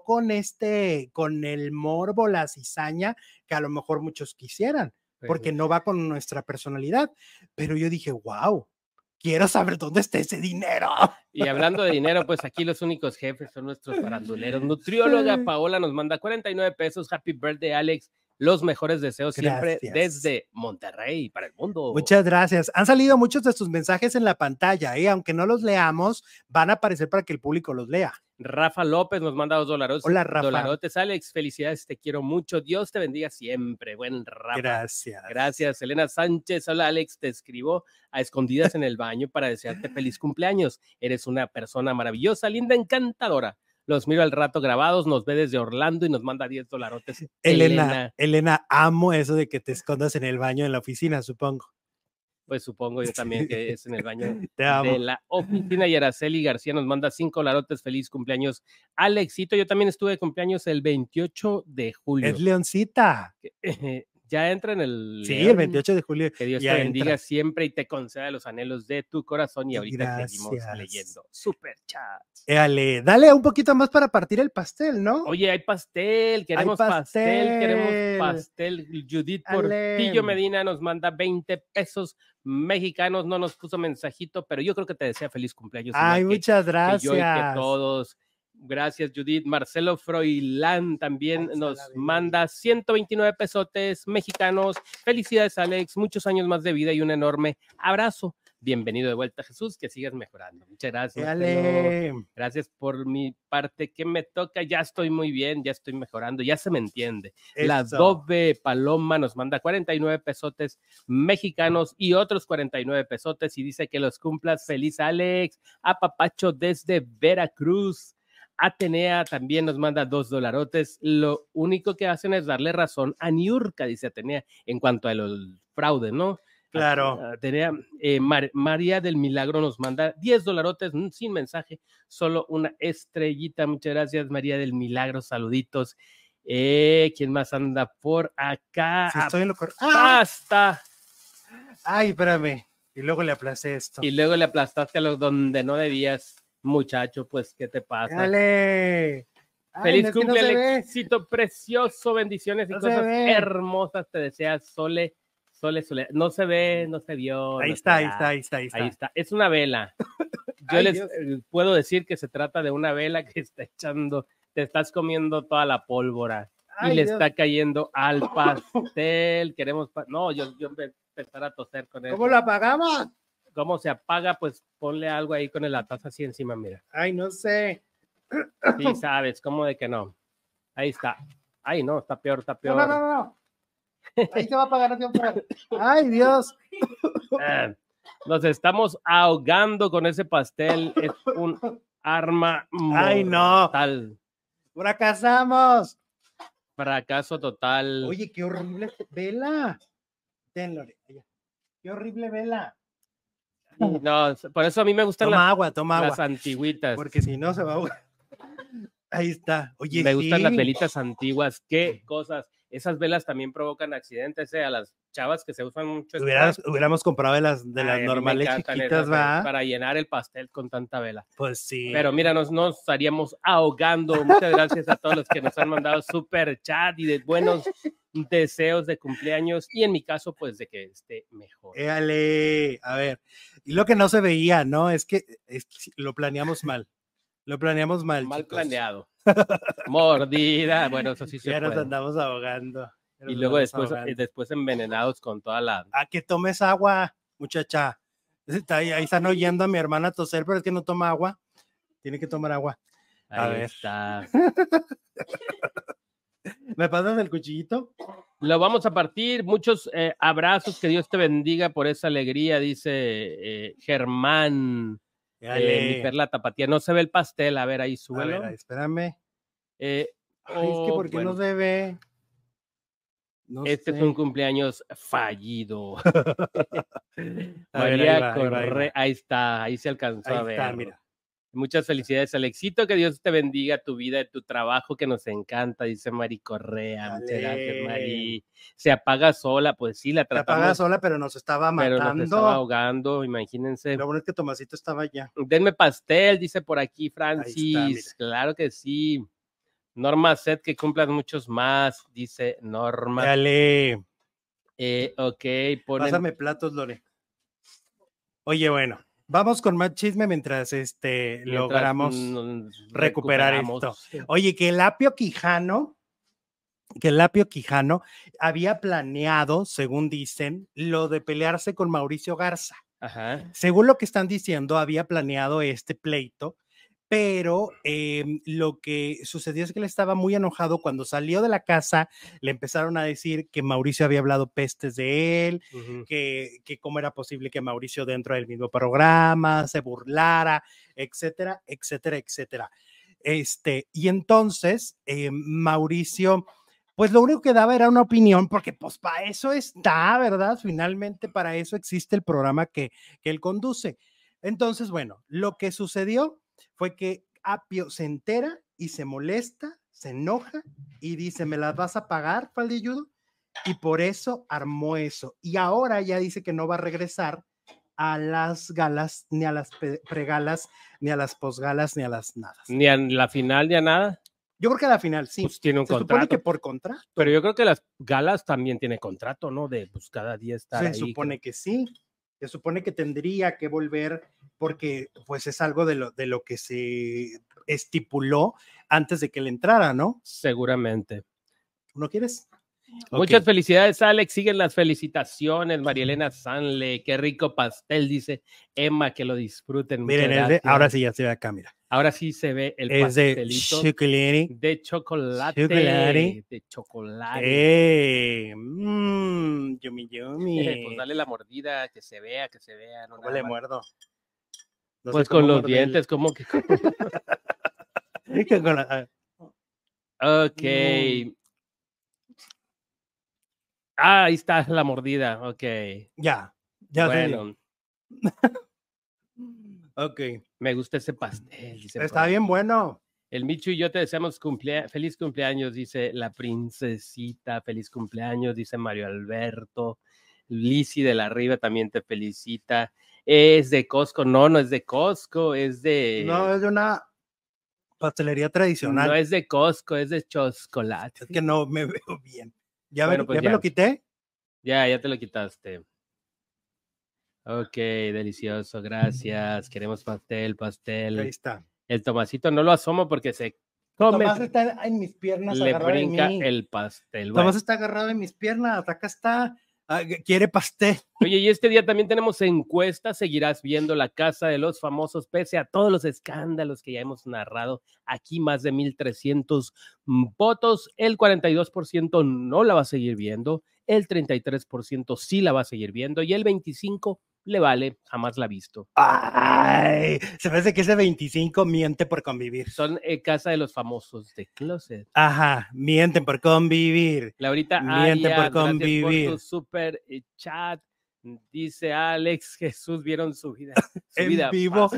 el morbo, la cizaña que a lo mejor muchos quisieran, porque no va con nuestra personalidad. Pero yo dije, wow. Quiero saber dónde está ese dinero. Y hablando de dinero, pues aquí los únicos jefes son nuestros faranduleros. Nutrióloga Paola nos manda 49 pesos. Happy birthday, Alex. Los mejores deseos siempre desde Monterrey para el mundo. Muchas gracias. Han salido muchos de sus mensajes en la pantalla, aunque no los leamos, van a aparecer para que el público los lea. Rafa López nos manda $2. Hola, Rafa. Dolarotes, Alex, felicidades, te quiero mucho. Dios te bendiga siempre. Buen Rafa. Gracias. Gracias, Elena Sánchez. Hola, Alex, te escribo a escondidas en el baño para desearte feliz cumpleaños. Eres una persona maravillosa, linda, encantadora. Los miro al rato grabados, nos ve desde Orlando y nos manda $10. Elena, amo eso de que te escondas en el baño en la oficina, supongo. Pues supongo yo también que es en el baño de la oficina. Y Araceli García nos manda $5. Feliz cumpleaños, Alexito. Yo también estuve de cumpleaños el 28 de julio. Es Leoncita. Ya entra en el Sí, León. el 28 de julio. Que Dios te ya bendiga entra. siempre y te conceda los anhelos de tu corazón. Y Y ahorita seguimos gracias. leyendo super chats. Dale un poquito más para partir el pastel, ¿no? Oye, hay pastel, queremos pastel. Judith Portillo Medina nos manda 20 pesos mexicanos, no nos puso mensajito, pero yo creo que te desea feliz cumpleaños. Ay, muchas gracias. Que yo y que todos. Gracias, Judith. Marcelo Froilán también nos manda 129 pesotes mexicanos. Felicidades, Alex. Muchos años más de vida y un enorme abrazo. Bienvenido de vuelta, Jesús, que sigas mejorando. Muchas gracias. Gracias por mi parte que me toca. Ya estoy muy bien, ya estoy mejorando, ya se me entiende. Eso. La Dove Paloma nos manda 49 pesotes mexicanos y otros 49 pesotes y dice que los cumplas feliz, Alex. Apapacho desde Veracruz. Atenea también nos manda $2. Lo único que hacen es darle razón a Niurka, dice Atenea, en cuanto a el fraude, ¿no? Claro. Atenea, María del Milagro nos manda $10 sin mensaje, solo una estrellita. Muchas gracias, María del Milagro, saluditos. ¿Quién más anda por acá? Sí, estoy en lo correcto. ¡Basta! Ay, espérame. Y luego le aplasté esto. Y luego le aplastaste a los donde no debías. Muchacho, pues, ¿qué te pasa? ¡Dale! Feliz cumple, éxito precioso, bendiciones y cosas hermosas te desea Sole. No se ve, no se vio. Ahí está. Es una vela. Yo les puedo decir que se trata de una vela que está echando, te estás comiendo toda la pólvora y le está cayendo al pastel. No, yo empezar a toser con eso. ¿Cómo lo apagamos? ¿Cómo se apaga? Pues ponle algo ahí con la taza así encima, mira. Ay, no sé. Sí, sabes, ¿cómo de que no? Ahí está. Ay, no, está peor. No. Ahí se va a apagar. Ay, Dios. Nos estamos ahogando con ese pastel. Es un arma mortal. Ay, no. Fracasamos. Fracaso total. Oye, qué horrible vela. Tenlo. Qué horrible vela. No, por eso a mí me gustan las antigüitas. Porque si no se va a ahogar. Ahí está. Oye, me gustan las velitas antiguas. Qué cosas. Esas velas también provocan accidentes, a las chavas que se usan mucho. Hubiéramos comprado de las normales chiquitas, ¿va? Para llenar el pastel con tanta vela. Pues sí. Pero mira, nos estaríamos ahogando. Muchas gracias a todos los que nos han mandado super chat y de buenos deseos de cumpleaños. Y en mi caso, pues de que esté mejor. A ver, y lo que no se veía, ¿no? Es que lo planeamos mal. Mal planeado. Mordida. Bueno, eso sí se puede. Ya nos andamos ahogando. Y luego después envenenados con toda la... Que tomes agua, muchacha. Ahí están oyendo a mi hermana toser, pero es que no toma agua. Tiene que tomar agua. Ahí está. ¿Me pasas el cuchillito? Lo vamos a partir. Muchos abrazos. Que Dios te bendiga por esa alegría, dice Germán. Mi perla tapatía. No se ve el pastel. A ver, ahí súbelo. A ver, espérame. Es que ¿por qué no se ve? No sé. Es un cumpleaños fallido. María Correa. Ahí está. Ahí se alcanzó a ver. Mira. Muchas felicidades, Alexito. Que Dios te bendiga tu vida y tu trabajo, que nos encanta, dice Mari Correa. Dale. Muchas gracias, Mari. Se apaga sola, pues sí, la tratamos. Se apaga sola, pero nos estaba matando. Pero nos estaba ahogando, imagínense. Lo bueno es que Tomasito estaba allá. Denme pastel, dice por aquí Francis. Está, claro que sí. Norma Set, que cumplas muchos más, dice Norma. Dale. Ok, Pásame platos, Lore. Oye, bueno. Vamos con más chisme mientras logramos recuperar esto. Oye, que el Apio Quijano había planeado, según dicen, lo de pelearse con Mauricio Garza. Ajá. Según lo que están diciendo, había planeado este pleito, pero lo que sucedió es que él estaba muy enojado cuando salió de la casa. Le empezaron a decir que Mauricio había hablado pestes de él, que cómo era posible que Mauricio dentro del mismo programa se burlara, etcétera, etcétera, etcétera. Y entonces Mauricio, pues lo único que daba era una opinión, porque pues para eso está, ¿verdad? Finalmente para eso existe el programa que él conduce. Entonces, bueno, lo que sucedió fue que Apio se entera y se molesta, se enoja y dice, ¿me las vas a pagar, Faldilludo? y por eso armó eso. Y ahora ya dice que no va a regresar a las galas, ni a las pregalas, ni a las posgalas, ni a las nada. Ni a la final, ni a nada. Yo creo que a la final sí. Pues tiene un Se contrato. supone que por contrato. Pero yo creo que las galas también tienen contrato, ¿no? De pues cada día estar Se ahí. supone que sí. Se supone que tendría que volver porque pues es algo de lo que se estipuló antes de que le entrara, ¿no? Seguramente. ¿No quieres? Muchas felicidades, Alex. Siguen las felicitaciones. María Elena Sanle, qué rico pastel, dice Emma, que lo disfruten. Miren, ahora sí ya se ve acá, mira. Ahora sí se ve el es pastelito de chocolate. De chocolate. Yummy, yummy. Pues dale la mordida, que se vea. No ¿Cómo le muerdo? No pues con los dientes, como que. Ok. Ahí está la mordida, ok. Ya bueno. Ok. Me gusta ese pastel. Dice está bien bueno. El Michu y yo te deseamos feliz cumpleaños, dice la princesita. Feliz cumpleaños, dice Mario Alberto. Lizzy de la Riva también te felicita. Es de Costco. No es de Costco, es de... No, es de una pastelería tradicional. No es de Costco, es de chocolate. Es que no me veo bien. ¿Ya, bueno, pues ya me lo quité? Ya te lo quitaste. Ok, delicioso, gracias. Queremos pastel. Ahí está. El Tomasito no lo asomo porque se come. Tomás está en mis piernas. Le brinca el pastel. Tomás está agarrado en mis piernas. Acá está. Quiere pastel. Oye, y este día también tenemos encuesta. Seguirás viendo La Casa de los Famosos, pese a todos los escándalos que ya hemos narrado. Aquí más de 1,300 votos. El 42% no la va a seguir viendo. El 33% sí la va a seguir viendo. Y el 25% le vale, jamás la ha visto. Ay, se parece que ese 25 miente por convivir. Son Casa de los Famosos de Closet. Ajá, mienten por convivir. Laurita mienten Aria, por convivir. Gracias por tu super chat. Dice Alex, Jesús vieron su vida. En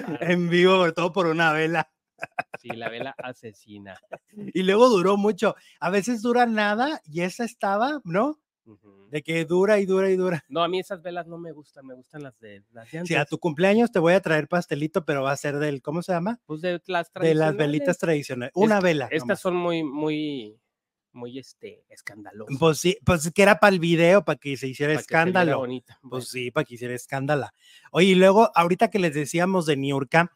vivo, todo por una vela. Sí, la vela asesina. Y luego duró mucho. A veces dura nada y esa estaba, ¿no? De que dura y dura y dura. No, a mí esas velas no me gustan, me gustan las de antes. Sí, a tu cumpleaños te voy a traer pastelito, pero va a ser del, ¿cómo se llama? Pues de las tradicionales. De las velitas tradicionales. Una vela. Estas nomás. Son muy escandalosas. Pues sí, pues que era para el video, para que se hiciera escándalo. Bonita. Pues bueno. Sí, para que hiciera escándalo. Oye, y luego, ahorita que les decíamos de Niurka,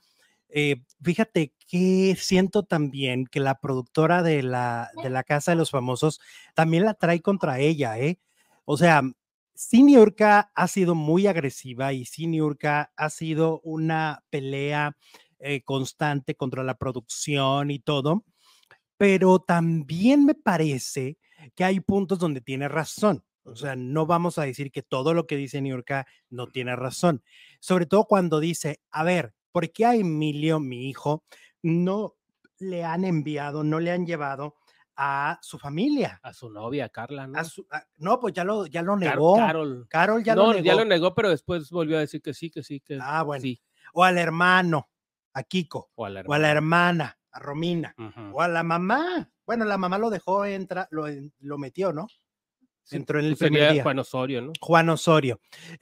fíjate que siento también que la productora de la Casa de los Famosos también la trae contra ella, ¿eh? O sea, sí, Niurka ha sido muy agresiva y sí, Niurka ha sido una pelea constante contra la producción y todo, pero también me parece que hay puntos donde tiene razón. O sea, no vamos a decir que todo lo que dice Niurka no tiene razón. Sobre todo cuando dice, a ver, ¿por qué a Emilio, mi hijo, no le han enviado, no le han llevado a su familia? A su novia, Carla, ¿no? No, pues ya lo negó. Carol ya lo negó. Ya lo negó, pero después volvió a decir que sí. Bueno. Sí. O al hermano, a Kiko. O a la hermana, a Romina. O a la mamá. Bueno, la mamá lo dejó entrar, lo metió, ¿no? Sí, entró en el primer día. Juan Osorio, ¿no? Juan Osorio.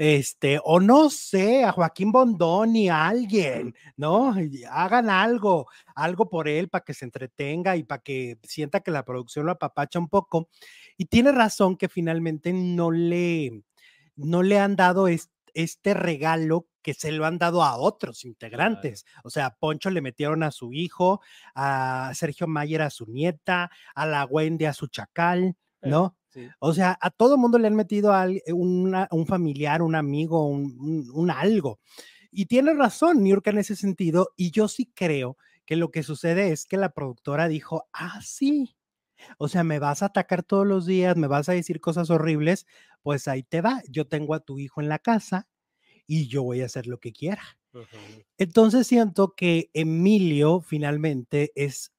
O no sé, a Joaquín Bondoni, a alguien, ¿no? Hagan algo por él para que se entretenga y para que sienta que la producción lo apapacha un poco. Y tiene razón que finalmente no le han dado este regalo que se lo han dado a otros integrantes. Claro. O sea, a Poncho le metieron a su hijo, a Sergio Mayer a su nieta, a la Wendy a su chacal, ¿no? Sí. O sea, a todo mundo le han metido a un familiar, un amigo, un algo. Y tiene razón Niurka en ese sentido, y yo sí creo que lo que sucede es que la productora dijo, sí, o sea, me vas a atacar todos los días, me vas a decir cosas horribles, pues ahí te va, yo tengo a tu hijo en la casa y yo voy a hacer lo que quiera. Entonces siento que Emilio finalmente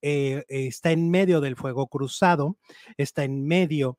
está en medio del fuego cruzado, está en medio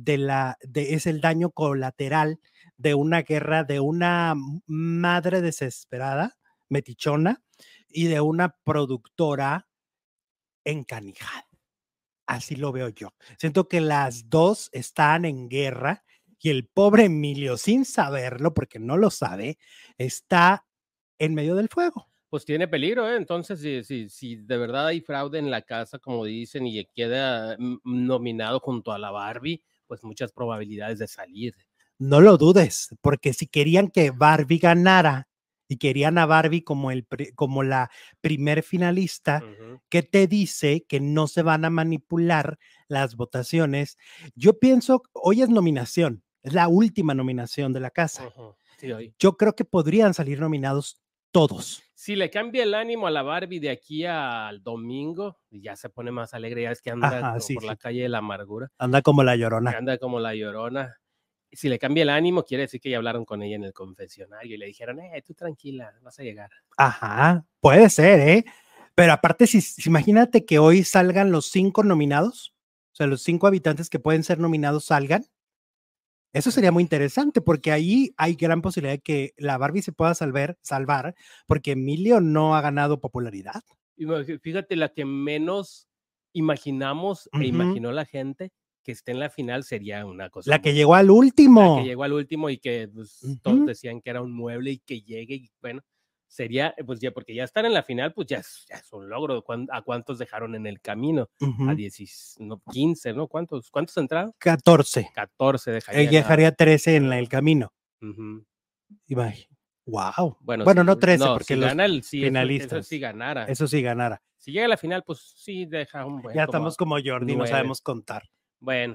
es el daño colateral de una guerra, de una madre desesperada, metichona, y de una productora encanijada. Así lo veo yo. Siento que las dos están en guerra y el pobre Emilio, sin saberlo, porque no lo sabe, está en medio del fuego. Pues tiene peligro, ¿eh? Entonces, si de verdad hay fraude en la casa, como dicen, y queda nominado junto a la Barbie, pues muchas probabilidades de salir. No lo dudes, porque si querían que Barbie ganara y querían a Barbie como, como la primer finalista, ¿qué te dice que no se van a manipular las votaciones? Yo pienso, hoy es nominación, es la última nominación de la casa. Sí, hoy. Yo creo que podrían salir nominados todos. Si le cambia el ánimo a la Barbie de aquí al domingo, ya se pone más alegre, ya es que anda por la calle de la amargura. Anda como la Llorona. Anda como la Llorona. Si le cambia el ánimo, quiere decir que ya hablaron con ella en el confesionario y le dijeron, tú tranquila, vas a llegar. Ajá, puede ser, ¿eh? Pero aparte, si imagínate que hoy salgan los 5 nominados, o sea, los 5 habitantes que pueden ser nominados salgan. Eso sería muy interesante porque ahí hay gran posibilidad de que la Barbie se pueda salvar porque Emilio no ha ganado popularidad. Y fíjate, la que menos imaginamos e imaginó la gente que esté en la final sería una cosa. La que llegó al último. La que llegó al último y que pues, todos decían que era un mueble y que llegue y bueno, sería, pues ya, porque ya estar en la final, pues ya es un logro. ¿A cuántos dejaron en el camino? A 15, ¿no? ¿Cuántos entraron? 14. 14 dejaría. Ella dejaría 13 en el camino. Wow. Bueno, sí, no 13, no, porque si los gana finalistas. Eso sí ganara. Eso sí ganara. Si llega a la final, pues sí deja un buen. Ya estamos como Jordi, 9. No sabemos contar. Bueno.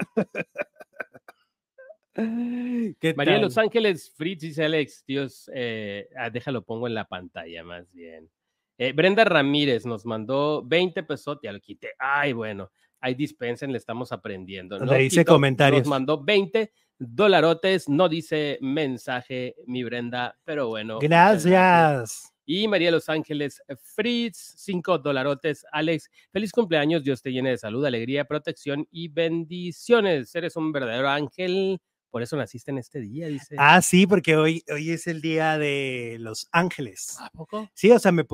¿Qué María tal? Los Ángeles, Fritz dice Alex, Dios, déjalo, pongo en la pantalla más bien. Brenda Ramírez nos mandó 20 pesos, ya lo quité. Ay, bueno, ahí dispensen, le estamos aprendiendo. Le dice comentarios. Nos mandó 20 dolarotes, no dice mensaje mi Brenda, pero bueno. Gracias. Y María Los Ángeles, Fritz, 5 dolarotes. Alex, feliz cumpleaños, Dios te llene de salud, alegría, protección y bendiciones. Eres un verdadero ángel. Por eso naciste en este día, dice. Ah, sí, porque hoy es el día de los ángeles. ¿A poco? Sí, o sea, me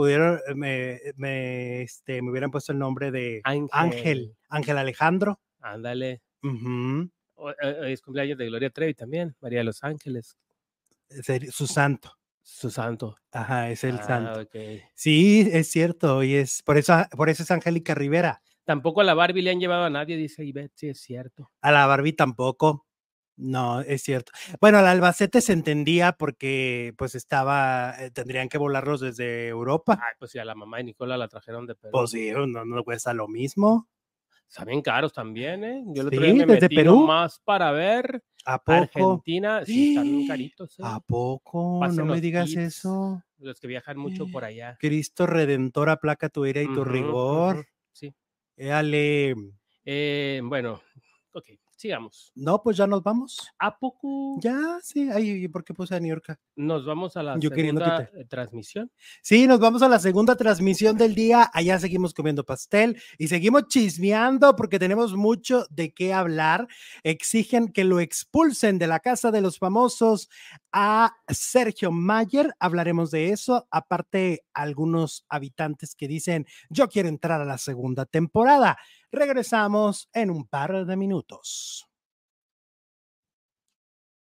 hubieran puesto el nombre de Ángel Alejandro. Ándale. Es cumpleaños de Gloria Trevi también, María de los Ángeles. Su santo. Su santo. Ajá, es el santo. Okay. Sí, es cierto, hoy es, por eso es Angélica Rivera. Tampoco a la Barbie le han llevado a nadie, dice Ivette, sí, es cierto. A la Barbie tampoco. No, es cierto. Bueno, al Albacete se entendía porque pues tendrían que volarlos desde Europa. Ay, pues sí, a la mamá de Nicola la trajeron de Perú. Pues sí, no cuesta lo mismo. Saben caros también, ¿eh? Yo el otro día me desde metí Perú más para ver ¿A poco? Argentina, sí, están caritos. ¿A poco? Pasen no me digas kits, eso. Los que viajan mucho por allá. Cristo Redentor, aplaca tu ira y tu rigor. Sí. Éale. Bueno, ok, sigamos. No, pues ya nos vamos. ¿A poco? Ya, sí. Ay, ¿por qué puse a New York? Nos vamos a la segunda transmisión. Sí, nos vamos a la segunda transmisión del día. Allá seguimos comiendo pastel y seguimos chismeando porque tenemos mucho de qué hablar. Exigen que lo expulsen de la casa de los famosos a Sergio Mayer. Hablaremos de eso. Aparte, algunos habitantes que dicen, yo quiero entrar a la segunda temporada. Regresamos en un par de minutos.